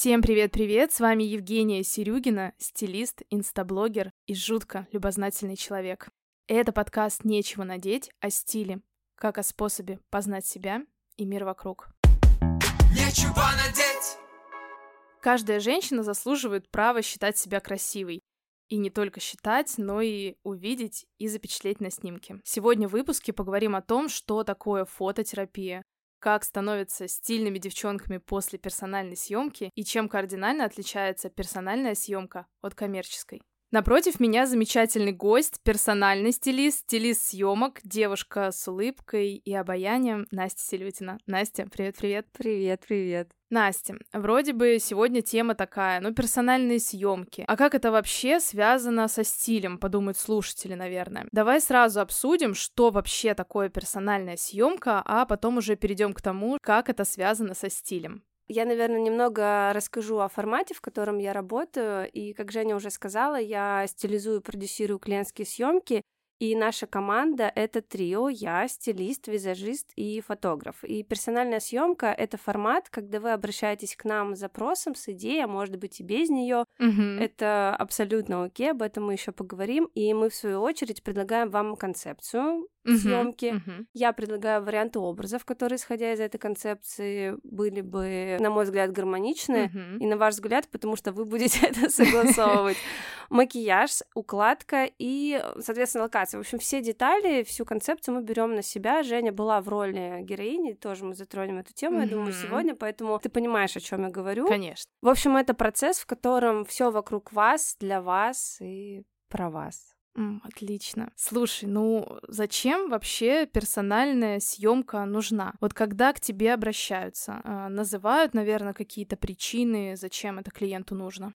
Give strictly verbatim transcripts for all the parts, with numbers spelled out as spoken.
Всем привет-привет, с вами Евгения Серюгина, стилист, инстаблогер и жутко любознательный человек. Это подкаст «Нечего надеть» о стиле, как о способе познать себя и мир вокруг. Нечего надеть! Каждая женщина заслуживает права считать себя красивой. И не только считать, но и увидеть и запечатлеть на снимке. Сегодня в выпуске поговорим о том, что такое фототерапия, как становятся стильными девчонками после персональной съемки и чем кардинально отличается персональная съемка от коммерческой. Напротив меня замечательный гость, персональный стилист, стилист съемок, девушка с улыбкой и обаянием Настя Сильватина. Настя, привет-привет. Привет-привет. Настя, вроде бы сегодня тема такая, ну, персональные съемки. А как это вообще связано со стилем, подумают слушатели, наверное. Давай сразу обсудим, что вообще такое персональная съемка, а потом уже перейдем к тому, как это связано со стилем. Я, наверное, немного расскажу о формате, в котором я работаю. И, как Женя уже сказала, я стилизую, продюсирую клиентские съемки. И наша команда — это трио: я, стилист, визажист и фотограф. И персональная съемка — это формат, когда вы обращаетесь к нам с запросом, с идеей, а может быть и без нее. Mm-hmm. Это абсолютно окей, об этом мы еще поговорим. И мы, в свою очередь, предлагаем вам концепцию Mm-hmm. съемки. Mm-hmm. Я предлагаю варианты образов, которые, исходя из этой концепции, были бы, на мой взгляд, гармоничны. Mm-hmm. И на ваш взгляд, потому что вы будете это согласовывать. Макияж, укладка и, соответственно, локация. В общем, все детали, всю концепцию мы берем на себя. Женя была в роли героини, тоже мы затронем эту тему, mm-hmm. я думаю, сегодня, поэтому ты понимаешь, о чем я говорю. Конечно. В общем, это процесс, в котором все вокруг вас, для вас и про вас. Mm, отлично. Слушай, ну зачем вообще персональная съемка нужна? Вот когда к тебе обращаются, называют, наверное, какие-то причины, зачем это клиенту нужно?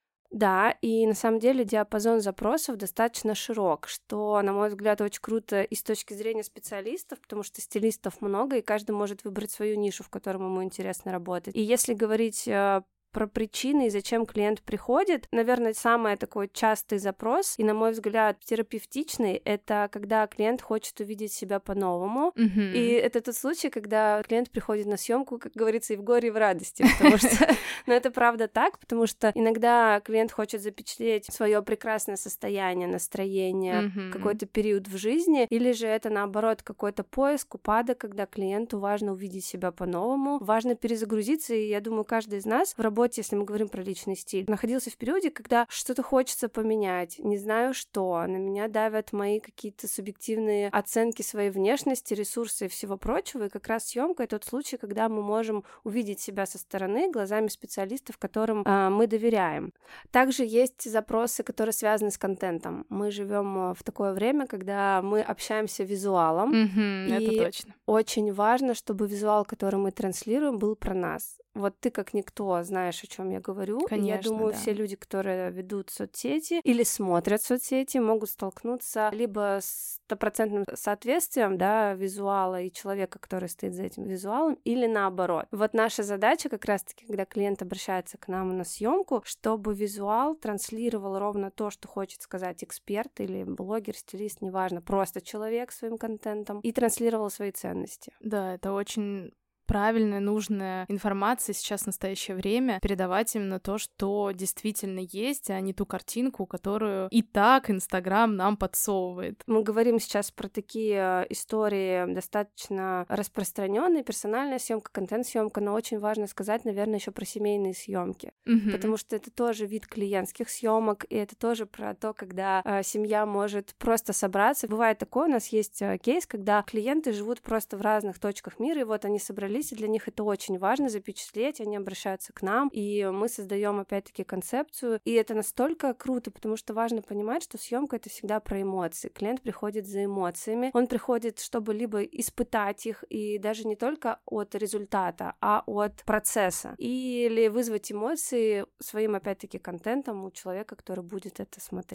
Да, и на самом деле диапазон запросов достаточно широк, что, на мой взгляд, очень круто и с точки зрения специалистов, потому что стилистов много, и каждый может выбрать свою нишу, в которой ему интересно работать. И если говорить про причины и зачем клиент приходит, наверное, самый такой частый запрос, и, на мой взгляд, терапевтичный, это когда клиент хочет увидеть себя по-новому. Mm-hmm. И это тот случай, когда клиент приходит на съемку, как говорится, и в горе, и в радости, потому что, ну, это правда так, потому что иногда клиент хочет запечатлеть свое прекрасное состояние, настроение, какой-то период в жизни, или же это, наоборот, какой-то поиск, упадок, когда клиенту важно увидеть себя по-новому, важно перезагрузиться, и я думаю, каждый из нас в работе, если мы говорим про личный стиль, находился в периоде, когда что-то хочется поменять, не знаю что, на меня давят мои какие-то субъективные оценки своей внешности, ресурсы и всего прочего, и как раз съемка — это тот случай, когда мы можем увидеть себя со стороны глазами специалистов, которым э, мы доверяем. Также есть запросы, которые связаны с контентом. Мы живем в такое время, когда мы общаемся визуалом, mm-hmm, и это точно. Очень важно, чтобы визуал, который мы транслируем, был про нас. Вот ты, как никто, знаешь, о чем я говорю. Конечно, я думаю, да. все люди, которые ведут соцсети или смотрят соцсети, могут столкнуться либо с стопроцентным соответствием, да, визуала и человека, который стоит за этим визуалом, или наоборот. Вот наша задача как раз-таки, когда клиент обращается к нам на съемку, чтобы визуал транслировал ровно то, что хочет сказать эксперт или блогер, стилист, неважно, просто человек своим контентом, и транслировал свои ценности. Да, это очень правильная, нужная информация сейчас в настоящее время, передавать именно то, что действительно есть, а не ту картинку, которую и так Инстаграм нам подсовывает. Мы говорим сейчас про такие истории достаточно распространенные: персональная съемка, контент-съемка, но очень важно сказать, наверное, еще про семейные съемки, Mm-hmm. потому что это тоже вид клиентских съемок, и это тоже про то, когда э, семья может просто собраться. Бывает такое, у нас есть э, кейс, когда клиенты живут просто в разных точках мира, и вот они собрались, и для них это очень важно запечатлеть, они обращаются к нам, и мы создаем опять-таки концепцию, и это настолько круто, потому что важно понимать, что съемка — это всегда про эмоции. Клиент приходит за эмоциями, он приходит, чтобы либо испытать их, и даже не только от результата, а от процесса, или вызвать эмоции своим, опять-таки, контентом у человека, который будет это смотреть.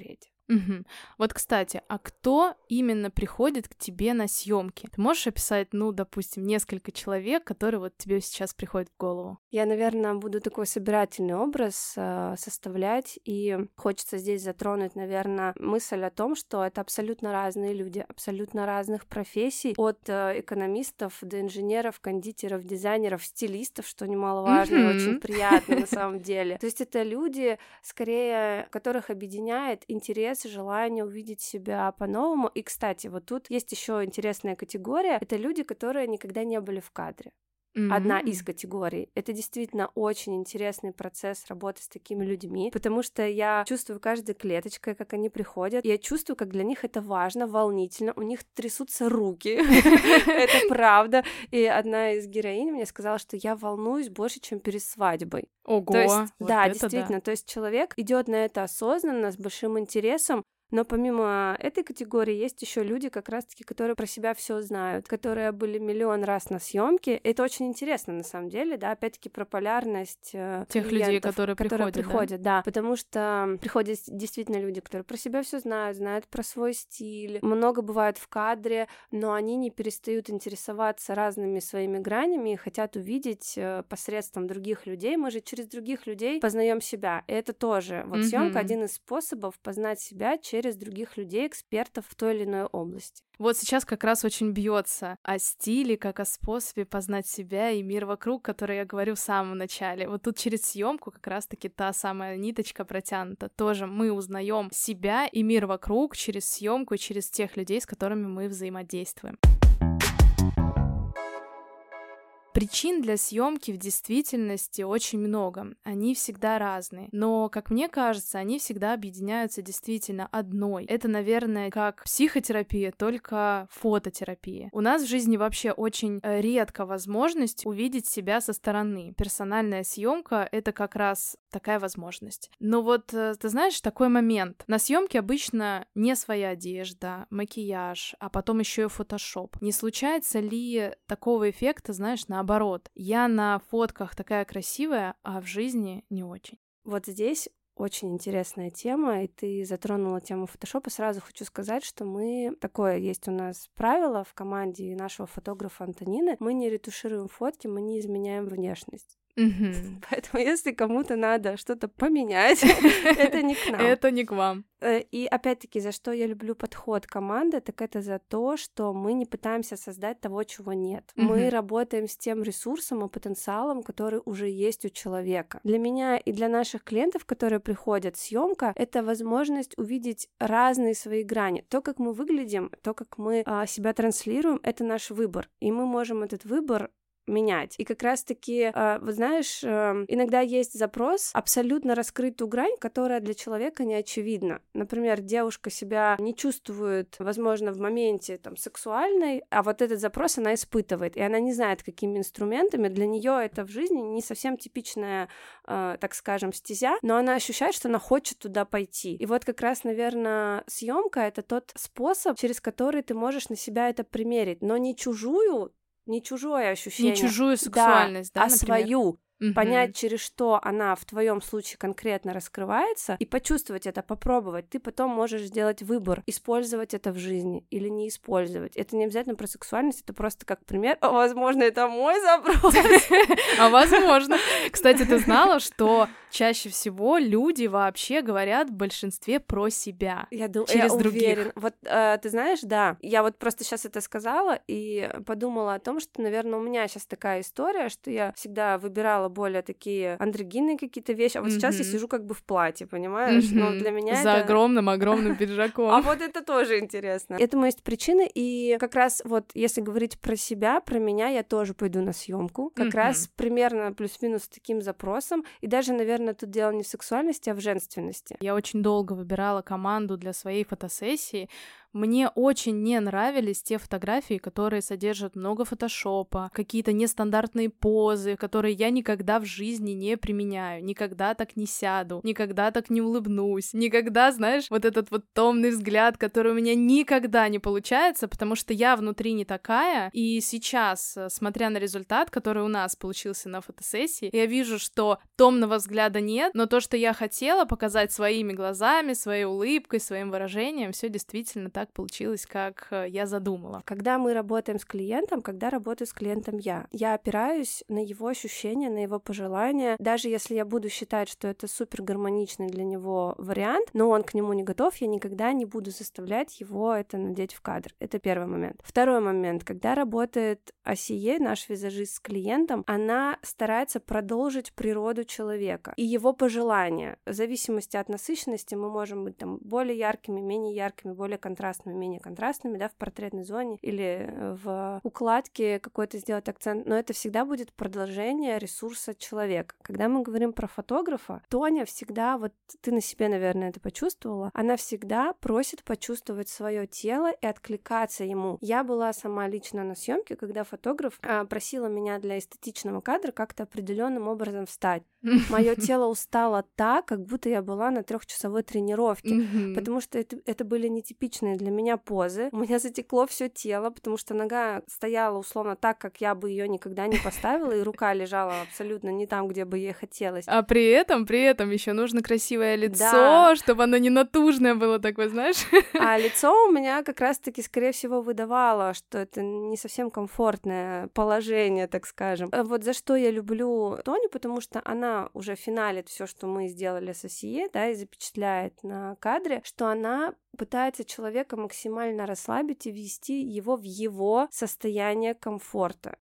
Угу. Вот, кстати, а кто именно приходит к тебе на съемки? Ты можешь описать, ну, допустим, несколько человек, которые вот тебе сейчас приходят в голову? Я, наверное, буду такой собирательный образ э, составлять, и хочется здесь затронуть, наверное, мысль о том, что это абсолютно разные люди, абсолютно разных профессий, от э, экономистов до инженеров, кондитеров, дизайнеров, стилистов, что немаловажно и очень приятно на самом деле. То есть это люди, скорее, которых объединяет интерес, желание увидеть себя по-новому. И, кстати, вот тут есть еще интересная категория. Это люди, которые никогда не были в кадре. Mm-hmm. Одна из категорий. Это действительно очень интересный процесс работы с такими людьми, потому что я чувствую каждой клеточкой, как они приходят. Я чувствую, как для них это важно, волнительно. У них трясутся руки. Это правда. И одна из героинь мне сказала, что я волнуюсь больше, чем перед свадьбой. Ого! То есть, да, действительно. То есть человек идет на это осознанно, с большим интересом. Но помимо этой категории есть еще люди, как раз-таки, которые про себя все знают, которые были миллион раз на съемке. Это очень интересно, на самом деле, да, опять-таки про полярность э, тех людей, которые, которые приходят, приходят, да? да, потому что приходят действительно люди, которые про себя все знают, знают про свой стиль, много бывают в кадре, но они не перестают интересоваться разными своими гранями и хотят увидеть э, посредством других людей. Мы же через других людей познаем себя. И это тоже вот mm-hmm. съемка один из способов познать себя через других людей, экспертов в той или иной области. Вот сейчас как раз очень бьется о стиле, как о способе познать себя и мир вокруг, который я говорю в самом начале. Вот тут через съемку как раз-таки та самая ниточка протянута. Тоже мы узнаем себя и мир вокруг через съемку и через тех людей, с которыми мы взаимодействуем. Причин для съемки в действительности очень много, они всегда разные, но, как мне кажется, они всегда объединяются действительно одной. Это, наверное, как психотерапия, только фототерапия. У нас в жизни вообще очень редко возможность увидеть себя со стороны. Персональная съемка — это как раз такая возможность. Но вот, ты знаешь, такой момент. На съемке обычно не своя одежда, макияж, а потом еще и фотошоп. Не случается ли такого эффекта, знаешь, на Наоборот, я на фотках такая красивая, а в жизни не очень. Вот здесь очень интересная тема, и ты затронула тему фотошопа. Сразу хочу сказать, что мы... Такое есть у нас правило в команде нашего фотографа Антонины. Мы не ретушируем фотки, мы не изменяем внешность. Mm-hmm. Поэтому если кому-то надо что-то поменять, это не к нам. Это не к вам. И опять-таки, за что я люблю подход команды, так это за то, что мы не пытаемся создать того, чего нет. Mm-hmm. Мы работаем с тем ресурсом и потенциалом, который уже есть у человека. Для меня и для наших клиентов, которые приходят, съемка — это возможность увидеть разные свои грани. То, как мы выглядим, то, как мы а, себя транслируем, это наш выбор. И мы можем этот выбор менять. И как раз-таки, э, вот знаешь, э, иногда есть запрос абсолютно раскрыть ту грань, которая для человека не очевидна. Например, девушка себя не чувствует, возможно, в моменте там сексуальной, а вот этот запрос она испытывает, и она не знает, какими инструментами. Для нее это в жизни не совсем типичная, э, так скажем, стезя, но она ощущает, что она хочет туда пойти. И вот как раз, наверное, съемка — это тот способ, через который ты можешь на себя это примерить, но не чужую, не чужое ощущение. Не чужую сексуальность, да, да, а например? свою. Угу. Понять, через что она в твоем случае конкретно раскрывается, и почувствовать это, попробовать. Ты потом можешь сделать выбор, использовать это в жизни или не использовать. Это не обязательно про сексуальность, это просто как пример. О, возможно, это мой запрос. А возможно. Кстати, ты знала, что чаще всего люди вообще говорят в большинстве про себя. Я думаю, через я других. Уверен. Вот э, ты знаешь, да, я вот просто сейчас это сказала и подумала о том, что, наверное, у меня сейчас такая история, что я всегда выбирала более такие андрогинные какие-то вещи, а вот mm-hmm. сейчас я сижу как бы в платье, понимаешь? Mm-hmm. Но для меня За это... огромным-огромным пиджаком. А вот это тоже интересно. Этому есть причины, и как раз вот если говорить про себя, про меня, я тоже пойду на съемку, как mm-hmm. раз примерно плюс-минус с таким запросом, и даже, наверное, тут дело не в сексуальности, а в женственности. Я очень долго выбирала команду для своей фотосессии. Мне очень не нравились те фотографии, которые содержат много фотошопа, какие-то нестандартные позы, которые я никогда в жизни не применяю, никогда так не сяду, никогда так не улыбнусь, никогда, знаешь, вот этот вот томный взгляд, который у меня никогда не получается, потому что я внутри не такая, и сейчас, смотря на результат, который у нас получился на фотосессии, я вижу, что томного взгляда нет, но то, что я хотела показать своими глазами, своей улыбкой, своим выражением, все действительно так получилось, как я задумала. Когда мы работаем с клиентом, когда работаю с клиентом я, я опираюсь на его ощущения, на его пожелания, даже если я буду считать, что это супер гармоничный для него вариант, но он к нему не готов, я никогда не буду заставлять его это надеть в кадр. Это первый момент. Второй момент. Когда работает Асие, наш визажист, с клиентом, она старается продолжить природу человека и его пожелания. В зависимости от насыщенности мы можем быть там более яркими, менее яркими, более контрастными, менее контрастными, да, в портретной зоне или в укладке какой-то сделать акцент, но это всегда будет продолжение ресурса человека. Когда мы говорим про фотографа, Тоня всегда, вот ты на себе, наверное, это почувствовала, она всегда просит почувствовать свое тело и откликаться ему. Я была сама лично на съемке, когда фотограф а, просила меня для эстетичного кадра как-то определенным образом встать. Мое тело устало так, как будто я была на трехчасовой тренировке, потому что это, это были нетипичные для меня позы. У меня затекло все тело, потому что нога стояла условно так, как я бы ее никогда не поставила, и рука лежала абсолютно не там, где бы ей хотелось. А при этом, при этом еще нужно красивое лицо, да. чтобы оно не натужное было такое, знаешь? А лицо у меня как раз-таки, скорее всего, выдавало, что это не совсем комфортное положение, так скажем. Вот за что я люблю Тоню, потому что она уже финалит все, что мы сделали с Асие, да, и запечатляет на кадре, что она пытается человека максимально расслабить и ввести его в его состояние комфорта.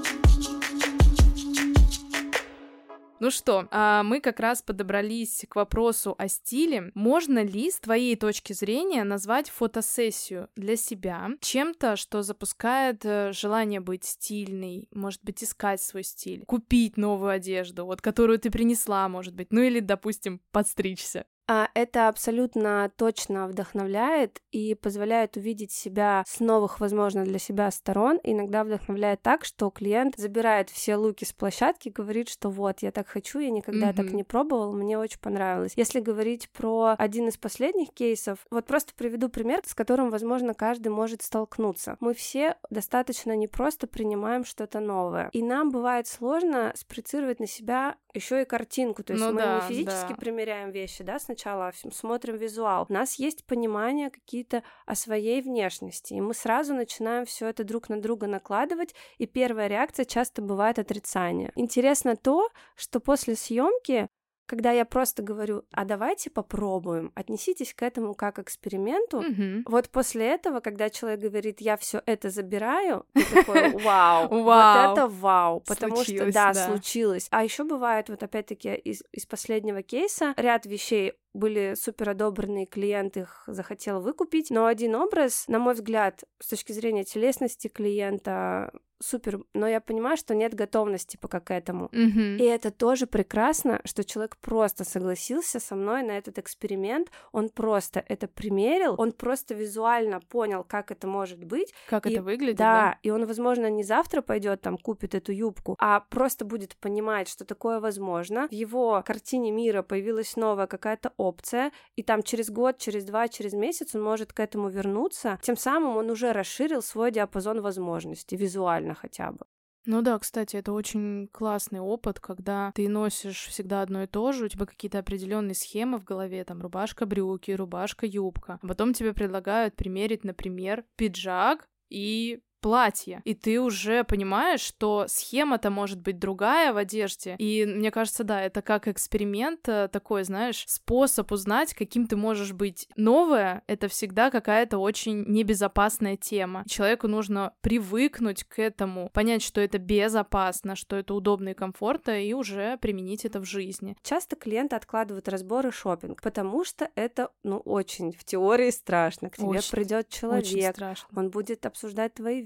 Ну что, а мы как раз подобрались к вопросу о стиле. Можно ли, с твоей точки зрения, назвать фотосессию для себя чем-то, что запускает желание быть стильной, может быть, искать свой стиль, купить новую одежду, вот которую ты принесла, может быть, ну или, допустим, подстричься? Это абсолютно точно вдохновляет и позволяет увидеть себя с новых, возможно, для себя сторон. Иногда вдохновляет так, что клиент забирает все луки с площадки, говорит, что вот, я так хочу, я никогда mm-hmm. так не пробовал, мне очень понравилось. Если говорить про один из последних кейсов, вот просто приведу пример, с которым, возможно, каждый может столкнуться. Мы все достаточно непросто принимаем что-то новое, и нам бывает сложно спроецировать на себя еще и картинку, то есть ну мы да, не физически да. примеряем вещи, да, сначала смотрим визуал. У нас есть понимание какие-то о своей внешности, и мы сразу начинаем все это друг на друга накладывать, и первая реакция часто бывает отрицание. Интересно то, что после съемки, когда я просто говорю, а давайте попробуем, отнеситесь к этому как к эксперименту, mm-hmm. вот после этого, когда человек говорит, я все это забираю, ты такой, вау, wow. вот это вау, потому случилось, что, да, да, случилось. А еще бывает, вот опять-таки из, из последнего кейса, ряд вещей были супер одобренные, клиент их захотел выкупить, но один образ, на мой взгляд, с точки зрения телесности клиента, супер, но я понимаю, что нет готовности пока к этому. Mm-hmm. И это тоже прекрасно, что человек просто согласился со мной на этот эксперимент, он просто это примерил, он просто визуально понял, как это может быть. Как и, это выглядит, да, да. И он, возможно, не завтра пойдет там, купит эту юбку, а просто будет понимать, что такое возможно. В его картине мира появилась новая какая-то опция, и там через год, через два, через месяц он может к этому вернуться. Тем самым он уже расширил свой диапазон возможностей, визуально хотя бы. Ну да, кстати, это очень классный опыт, когда ты носишь всегда одно и то же, у тебя какие-то определенные схемы в голове, там рубашка-брюки, рубашка-юбка, а потом тебе предлагают примерить, например, пиджак и платье, и ты уже понимаешь, что схема-то может быть другая в одежде, и мне кажется, да, это как эксперимент такой, знаешь, способ узнать, каким ты можешь быть. Новое — это всегда какая-то очень небезопасная тема. Человеку нужно привыкнуть к этому, понять, что это безопасно, что это удобно и комфортно, и уже применить это в жизни. Часто клиенты откладывают разбор и шопинг, потому что это, ну, очень в теории страшно. К тебе очень, придет человек, страшно. Он будет обсуждать твои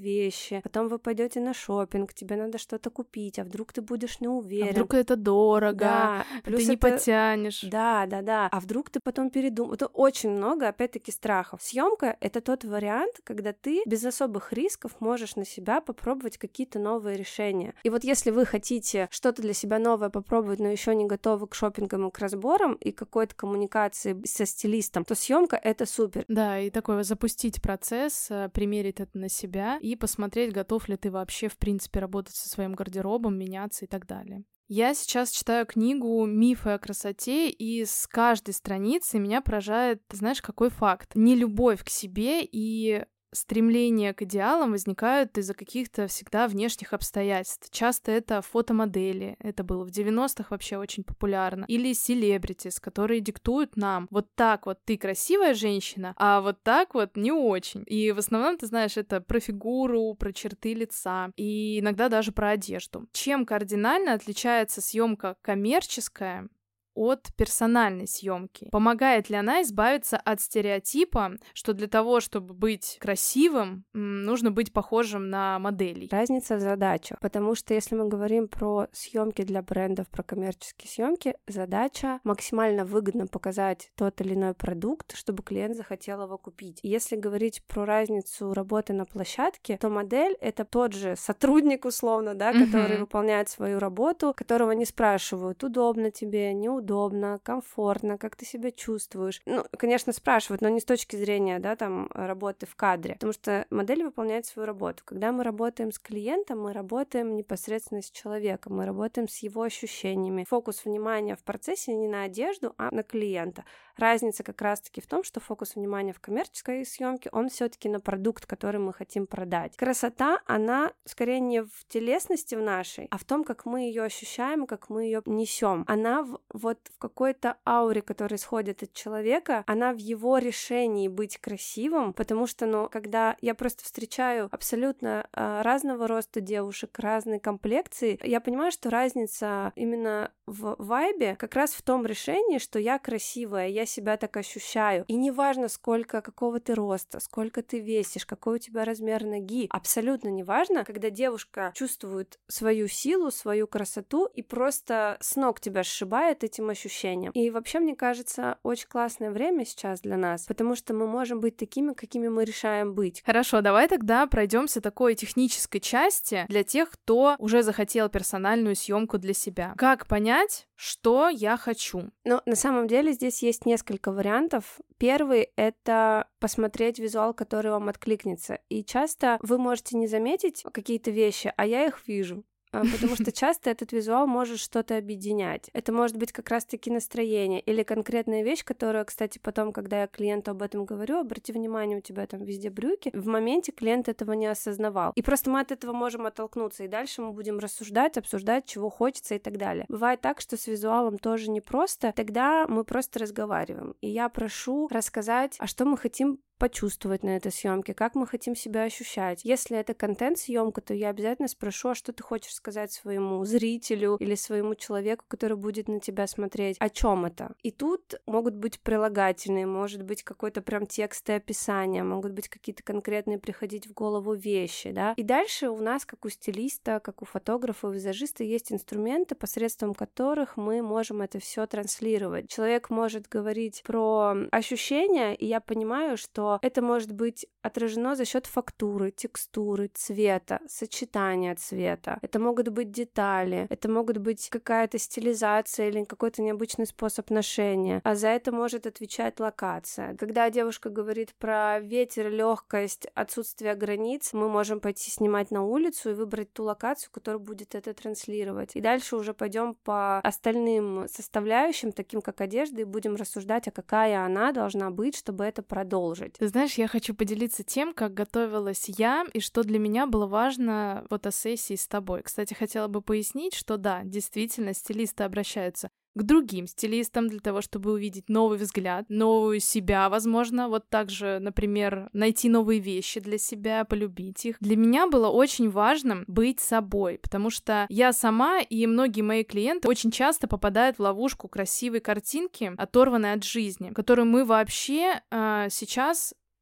вещи, потом вы пойдете на шопинг, тебе надо что-то купить, а вдруг ты будешь не уверен. А вдруг это дорого, да, плюс ты не это... потянешь. Да, да, да. А вдруг ты потом передумаешь. Это очень много, опять-таки, страхов. Съемка — это тот вариант, когда ты без особых рисков можешь на себя попробовать какие-то новые решения. И вот если вы хотите что-то для себя новое попробовать, но еще не готовы к шопингам и к разборам и какой-то коммуникации со стилистом, то съемка это супер. Да, и такое запустить процесс, примерить это на себя и посмотреть, готов ли ты вообще, в принципе, работать со своим гардеробом, меняться и так далее. Я сейчас читаю книгу «Мифы о красоте», и с каждой страницы меня поражает, знаешь, какой факт? Нелюбовь к себе и стремление к идеалам возникают из-за каких-то всегда внешних обстоятельств. Часто это фотомодели, это было в девяностых вообще очень популярно, или селебритис, которые диктуют нам: вот так вот ты красивая женщина, а вот так вот не очень. И в основном, ты знаешь, это про фигуру, про черты лица, и иногда даже про одежду. Чем кардинально отличается съемка коммерческая от персональной съемки? Помогает ли она избавиться от стереотипа, что для того, чтобы быть красивым, нужно быть похожим на моделей? Разница в задачах, потому что если мы говорим про съемки для брендов, про коммерческие съемки, задача максимально выгодно показать тот или иной продукт, чтобы клиент захотел его купить. И если говорить про разницу работы на площадке, то модель — это тот же сотрудник, условно, да, mm-hmm. который выполняет свою работу, которого не спрашивают, удобно тебе, неудобно, удобно, комфортно, как ты себя чувствуешь. Ну, конечно, спрашивают, но не с точки зрения, да, там, работы в кадре, потому что модель выполняет свою работу. Когда мы работаем с клиентом, мы работаем непосредственно с человеком, мы работаем с его ощущениями. Фокус внимания в процессе не на одежду, а на клиента. Разница как раз-таки в том, что фокус внимания в коммерческой съемке, он все-таки на продукт, который мы хотим продать. Красота, она скорее не в телесности в нашей, а в том, как мы ее ощущаем, как мы ее несем. Она в, вот в какой-то ауре, которая исходит от человека, она в его решении быть красивым, потому что, ну, когда я просто встречаю абсолютно э, разного роста девушек, разной комплекции, я понимаю, что разница именно в вайбе как раз в том решении, что я красивая, я себя так ощущаю. И неважно, сколько, какого ты роста, сколько ты весишь, какой у тебя размер ноги, абсолютно неважно, когда девушка чувствует свою силу, свою красоту и просто с ног тебя сшибает этим ощущением. И вообще, мне кажется, очень классное время сейчас для нас, потому что мы можем быть такими, какими мы решаем быть. Хорошо, давай тогда пройдемся такой технической части для тех, кто уже захотел персональную съемку для себя. Как понять, что я хочу? Ну, на самом деле здесь есть несколько вариантов. Первый — это посмотреть визуал, который вам откликнется. И часто вы можете не заметить какие-то вещи, а я их вижу. Потому что часто этот визуал может что-то объединять. Это может быть как раз-таки настроение или конкретная вещь, которая, кстати, потом, когда я клиенту об этом говорю, обрати внимание, у тебя там везде брюки, в моменте клиент этого не осознавал. И просто мы от этого можем оттолкнуться, и дальше мы будем рассуждать, обсуждать, чего хочется и так далее. Бывает так, что с визуалом тоже непросто, тогда мы просто разговариваем. И я прошу рассказать, а что мы хотим почувствовать на этой съемке, как мы хотим себя ощущать. Если это контент-съемка, то я обязательно спрошу, а что ты хочешь сказать своему зрителю или своему человеку, который будет на тебя смотреть, о чем это. И тут могут быть прилагательные, может быть какой-то прям текст и описание, могут быть какие-то конкретные приходить в голову вещи, да. И дальше у нас, как у стилиста, как у фотографа, у визажиста, есть инструменты, посредством которых мы можем это все транслировать. Человек может говорить про ощущения, и я понимаю, что это может быть отражено за счет фактуры, текстуры, цвета, сочетания цвета. Это могут быть детали, это могут быть какая-то стилизация или какой-то необычный способ ношения. А за это может отвечать локация. Когда девушка говорит про ветер, легкость, отсутствие границ, мы можем пойти снимать на улицу и выбрать ту локацию, которая будет это транслировать. И дальше уже пойдем по остальным составляющим, таким как одежда, и будем рассуждать, а какая она должна быть, чтобы это продолжить. Ты знаешь, я хочу поделиться тем, как готовилась я, и что для меня было важно в фотосессии с тобой. Кстати, хотела бы пояснить, что да, действительно, стилисты обращаются к другим стилистам для того, чтобы увидеть новый взгляд, новую себя, возможно, вот также, например, найти новые вещи для себя, полюбить их. Для меня было очень важно быть собой, потому что я сама и многие мои клиенты очень часто попадают в ловушку красивой картинки, оторванной от жизни, которую мы вообще э, сейчас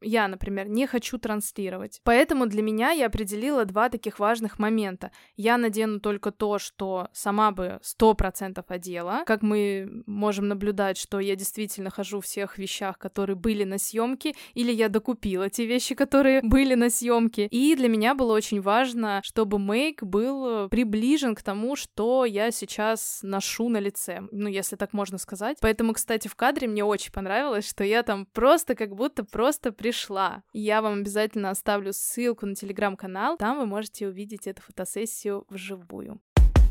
я, например, не хочу транслировать. Поэтому для меня я определила два таких важных момента. Я надену только то, что сама бы сто процентов одела. Как мы можем наблюдать, что я действительно хожу в всех вещах, которые были на съемке, или я докупила те вещи, которые были на съемке. И для меня было очень важно, чтобы мейк был приближен к тому, что я сейчас ношу на лице. Ну, если так можно сказать. Поэтому, кстати, в кадре мне очень понравилось, что я там просто как будто просто при пришла. Я вам обязательно оставлю ссылку на телеграм-канал, там вы можете увидеть эту фотосессию вживую.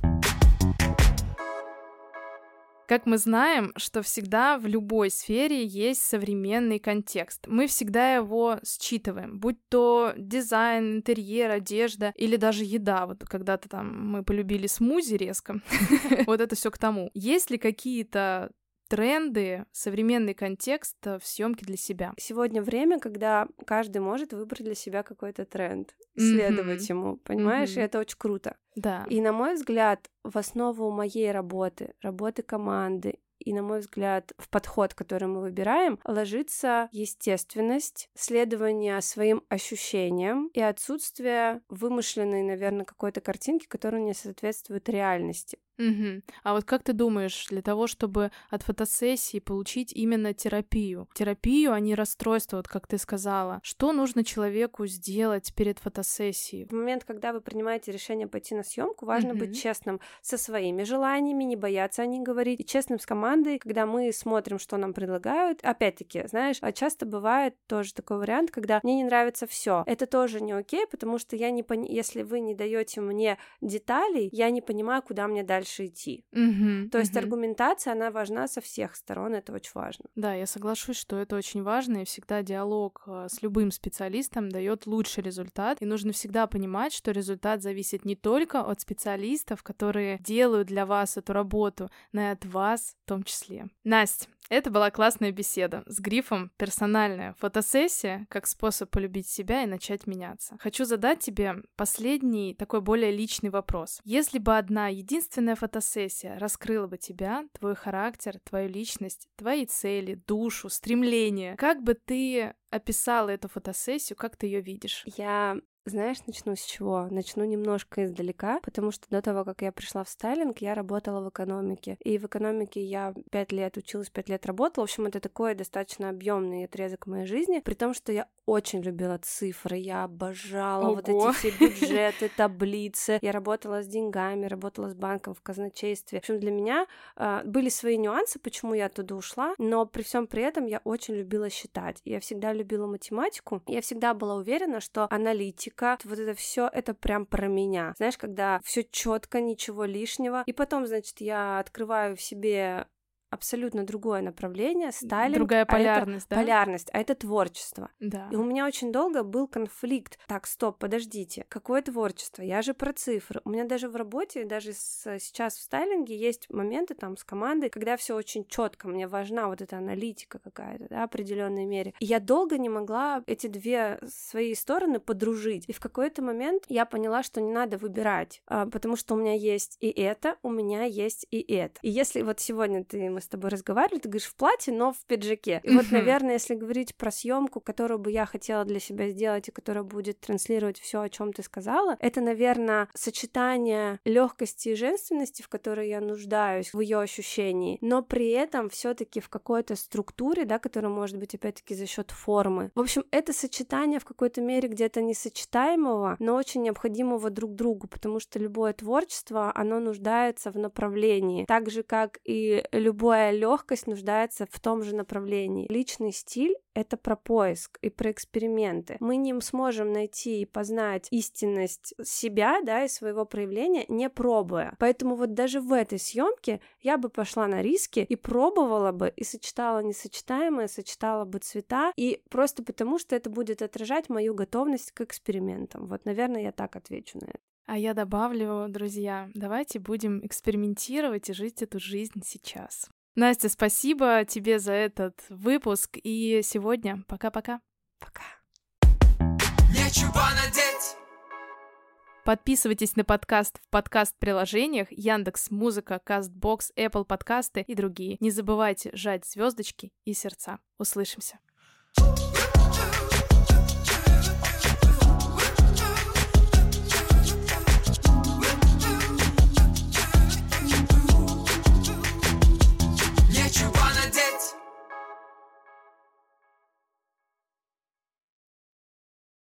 Как мы знаем, что всегда в любой сфере есть современный контекст. Мы всегда его считываем, будь то дизайн, интерьер, одежда или даже еда. Вот когда-то там мы полюбили смузи резко. Вот это все к тому. Есть ли какие-то тренды, современный контекст в съемке для себя? Сегодня время, когда каждый может выбрать для себя какой-то тренд, следовать mm-hmm. ему, понимаешь? Mm-hmm. И это очень круто. Да. И, на мой взгляд, в основу моей работы, работы команды, и, на мой взгляд, в подход, который мы выбираем, ложится естественность, следование своим ощущениям и отсутствие вымышленной, наверное, какой-то картинки, которая не соответствует реальности. Угу. А вот как ты думаешь, для того, чтобы от фотосессии получить именно терапию, терапию, а не расстройство, вот как ты сказала, что нужно человеку сделать перед фотосессией? В момент, когда вы принимаете решение пойти на съемку, важно угу. быть честным со своими желаниями, не бояться о них говорить, и честным с командой, когда мы смотрим, что нам предлагают. Опять-таки, знаешь, часто бывает тоже такой вариант, когда мне не нравится все. Это тоже не окей, потому что я не пон... если вы не даете мне деталей, я не понимаю, куда мне дальше идти. Uh-huh, То есть uh-huh. аргументация, она важна со всех сторон, это очень важно. Да, я соглашусь, что это очень важно, и всегда диалог с любым специалистом дает лучший результат, и нужно всегда понимать, что результат зависит не только от специалистов, которые делают для вас эту работу, но и от вас в том числе. Настя, это была классная беседа с грифом «Персональная фотосессия как способ полюбить себя и начать меняться». Хочу задать тебе последний, такой более личный вопрос. Если бы одна единственная фотосессия раскрыла бы тебя, твой характер, твою личность, твои цели, душу, стремления, как бы ты описала эту фотосессию, как ты ее видишь? Я... Знаешь, начну с чего? Начну немножко издалека, потому что до того, как я пришла в стайлинг, я работала в экономике. И в экономике я пять лет училась, пять лет работала. В общем, это такой достаточно объемный отрезок моей жизни, при том, что я очень любила цифры, я обожала Ого. Вот эти все бюджеты, таблицы. Я работала с деньгами, работала с банком в казначействе. В общем, для меня э, были свои нюансы, почему я оттуда ушла, но при всем при этом я очень любила считать. Я всегда любила математику, я всегда была уверена, что аналитика, вот это все, это прям про меня. Знаешь, когда все четко, ничего лишнего. И потом, значит, я открываю в себе абсолютно другое направление, стайлинг. Другая полярность, а да? Полярность, а это творчество. Да. И у меня очень долго был конфликт. Так, стоп, подождите, какое творчество? Я же про цифры. У меня даже в работе, даже с, сейчас в стайлинге есть моменты там с командой, когда все очень четко, мне важна вот эта аналитика какая-то, да, в определенной мере. И я долго не могла эти две свои стороны подружить. И в какой-то момент я поняла, что не надо выбирать, потому что у меня есть и это, у меня есть и это. И если вот сегодня ты с тобой разговаривали, ты говоришь в платье, но в пиджаке. И uh-huh. вот, наверное, если говорить про съемку, которую бы я хотела для себя сделать и которая будет транслировать все, о чем ты сказала, это, наверное, сочетание легкости и женственности, в которой я нуждаюсь, в ее ощущении, но при этом все-таки в какой-то структуре, да, которая может быть опять-таки за счет формы. В общем, это сочетание в какой-то мере где-то несочетаемого, но очень необходимого друг другу, потому что любое творчество, оно нуждается в направлении, так же как и любое Любая легкость нуждается в том же направлении. Личный стиль — это про поиск и про эксперименты. Мы не сможем найти и познать истинность себя, да, и своего проявления, не пробуя. Поэтому вот даже в этой съемке я бы пошла на риски и пробовала бы, и сочетала несочетаемое, сочетала бы цвета, и просто потому, что это будет отражать мою готовность к экспериментам. Вот, наверное, я так отвечу на это. А я добавлю, друзья, давайте будем экспериментировать и жить эту жизнь сейчас. Настя, спасибо тебе за этот выпуск, и сегодня пока-пока. Пока. Нечего надеть. Подписывайтесь на подкаст в подкаст-приложениях Яндекс.Музыка, Кастбокс, Apple подкасты и другие. Не забывайте жать звездочки и сердца. Услышимся.